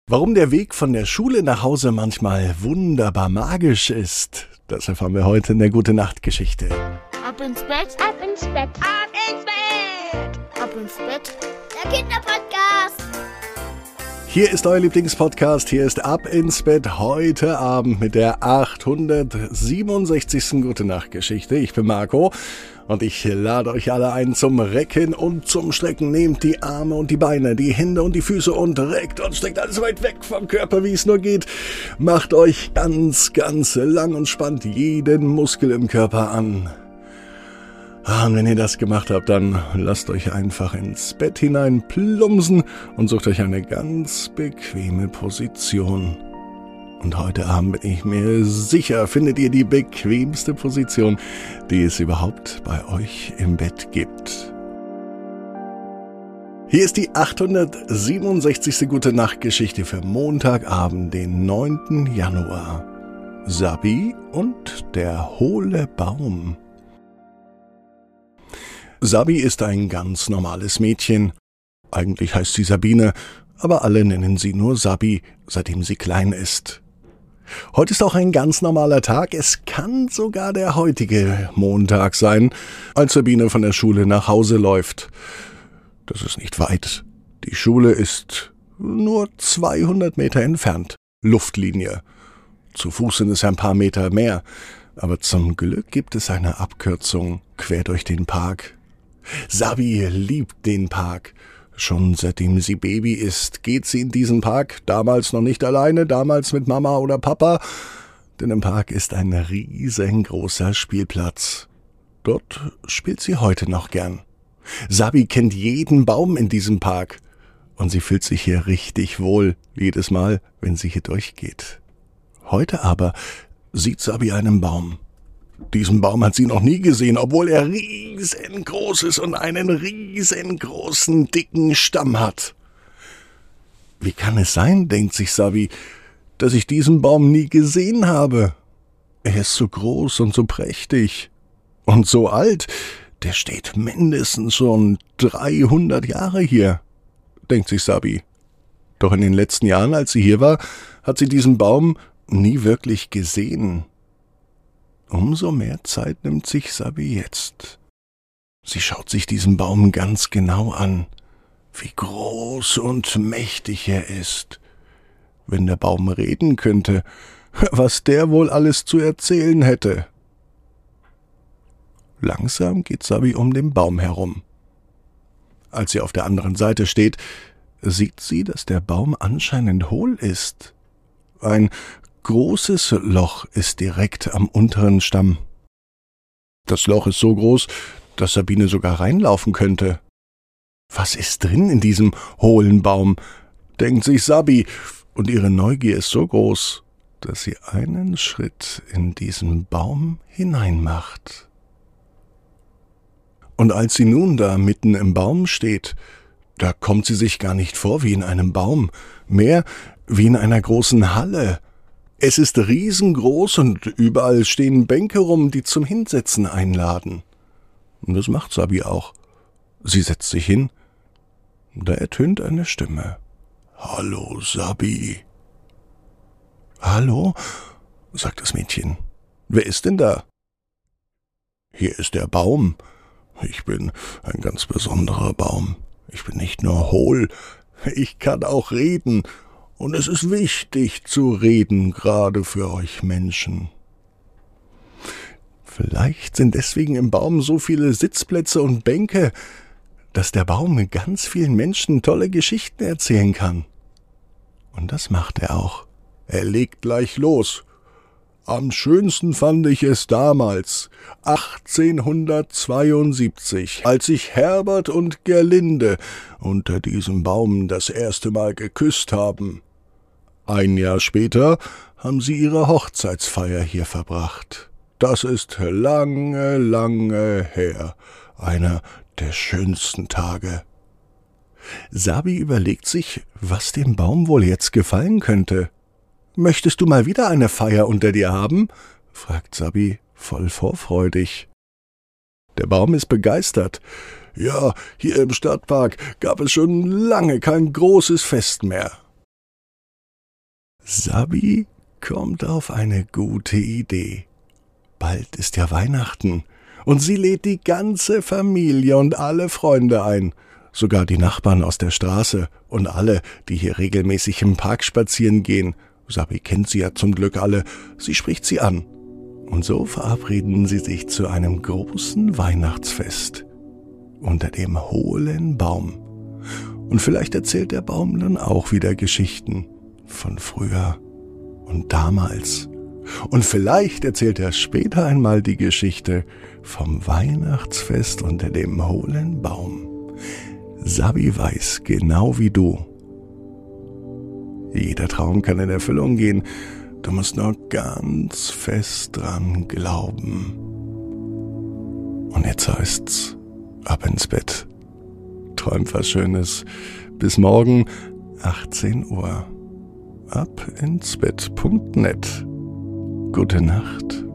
Warum der Weg von der Schule nach Hause manchmal wunderbar magisch ist, das erfahren wir heute in der Gute-Nacht-Geschichte. Ab ins Bett, ab ins Bett, ab ins Bett, ab ins Bett. Der Kinderpodcast. Hier ist euer Lieblingspodcast, hier ist Ab ins Bett heute Abend mit der 867. Gute-Nacht-Geschichte. Ich bin Marco und ich lade euch alle ein zum Recken und zum Strecken. Nehmt die Arme und die Beine, die Hände und die Füße und reckt und streckt alles so weit weg vom Körper, wie es nur geht. Macht euch ganz lang und spannt jeden Muskel im Körper an. Und wenn ihr das gemacht habt, dann lasst euch einfach ins Bett hinein plumpsen und sucht euch eine ganz bequeme Position. Und heute Abend bin ich mir sicher, findet ihr die bequemste Position, die es überhaupt bei euch im Bett gibt. Hier ist die 867. Gute-Nacht-Geschichte für Montagabend, den 9. Januar. Sabi und der hohle Baum. Sabi ist ein ganz normales Mädchen. Eigentlich heißt sie Sabine, aber alle nennen sie nur Sabi, seitdem sie klein ist. Heute ist auch ein ganz normaler Tag. Es kann sogar der heutige Montag sein, als Sabine von der Schule nach Hause läuft. Das ist nicht weit. Die Schule ist nur 200 Meter entfernt. Luftlinie. Zu Fuß sind es ein paar Meter mehr. Aber zum Glück gibt es eine Abkürzung quer durch den Park. Sabi liebt den Park. Schon seitdem sie Baby ist, geht sie in diesen Park, damals noch nicht alleine, damals mit Mama oder Papa, denn im Park ist ein riesengroßer Spielplatz. Dort spielt sie heute noch gern. Sabi kennt jeden Baum in diesem Park und sie fühlt sich hier richtig wohl, jedes Mal, wenn sie hier durchgeht. Heute aber sieht Sabi einen Baum. Diesen Baum hat sie noch nie gesehen, obwohl er riesengroß ist und einen riesengroßen, dicken Stamm hat. Wie kann es sein, denkt sich Sabi, dass ich diesen Baum nie gesehen habe? Er ist so groß und so prächtig und so alt, der steht mindestens schon 300 Jahre hier, denkt sich Sabi. Doch in den letzten Jahren, als sie hier war, hat sie diesen Baum nie wirklich gesehen. Umso mehr Zeit nimmt sich Sabi jetzt. Sie schaut sich diesen Baum ganz genau an, wie groß und mächtig er ist. Wenn der Baum reden könnte, was der wohl alles zu erzählen hätte. Langsam geht Sabi um den Baum herum. Als sie auf der anderen Seite steht, sieht sie, dass der Baum anscheinend hohl ist. Ein großes Loch ist direkt am unteren Stamm. Das Loch ist so groß, dass Sabine sogar reinlaufen könnte. Was ist drin in diesem hohlen Baum, denkt sich Sabi, und ihre Neugier ist so groß, dass sie einen Schritt in diesen Baum hineinmacht. Und als sie nun da mitten im Baum steht, da kommt sie sich gar nicht vor wie in einem Baum, mehr wie in einer großen Halle. Es ist riesengroß und überall stehen Bänke rum, die zum Hinsetzen einladen. Und das macht Sabi auch. Sie setzt sich hin. Da ertönt eine Stimme. »Hallo, Sabi.« »Hallo?«, sagt das Mädchen. »Wer ist denn da?« »Hier ist der Baum. Ich bin ein ganz besonderer Baum. Ich bin nicht nur hohl, ich kann auch reden. Und es ist wichtig zu reden, gerade für euch Menschen. Vielleicht sind deswegen im Baum so viele Sitzplätze und Bänke, dass der Baum mit ganz vielen Menschen tolle Geschichten erzählen kann. Und das macht er auch. Er legt gleich los. Am schönsten fand ich es damals, 1872, als sich Herbert und Gerlinde unter diesem Baum das erste Mal geküsst haben. Ein Jahr später haben sie ihre Hochzeitsfeier hier verbracht. Das ist lange her. Einer der schönsten Tage. Sabi überlegt sich, was dem Baum wohl jetzt gefallen könnte. »Möchtest du mal wieder eine Feier unter dir haben?« fragt Sabi voll vorfreudig. Der Baum ist begeistert. »Ja, hier im Stadtpark gab es schon lange kein großes Fest mehr.« Sabi kommt auf eine gute Idee. Bald ist ja Weihnachten und sie lädt die ganze Familie und alle Freunde ein. Sogar die Nachbarn aus der Straße und alle, die hier regelmäßig im Park spazieren gehen. Sabi kennt sie ja zum Glück alle, sie spricht sie an. Und so verabreden sie sich zu einem großen Weihnachtsfest unter dem hohlen Baum. Und vielleicht erzählt der Baum dann auch wieder Geschichten von früher und damals. Und vielleicht erzählt er später einmal die Geschichte vom Weihnachtsfest unter dem hohlen Baum. Sabi weiß genau wie du. Jeder Traum kann in Erfüllung gehen. Du musst nur ganz fest dran glauben. Und jetzt heißt's, ab ins Bett. Träum was Schönes. Bis morgen, 18 Uhr. abinsbett.net. Gute Nacht.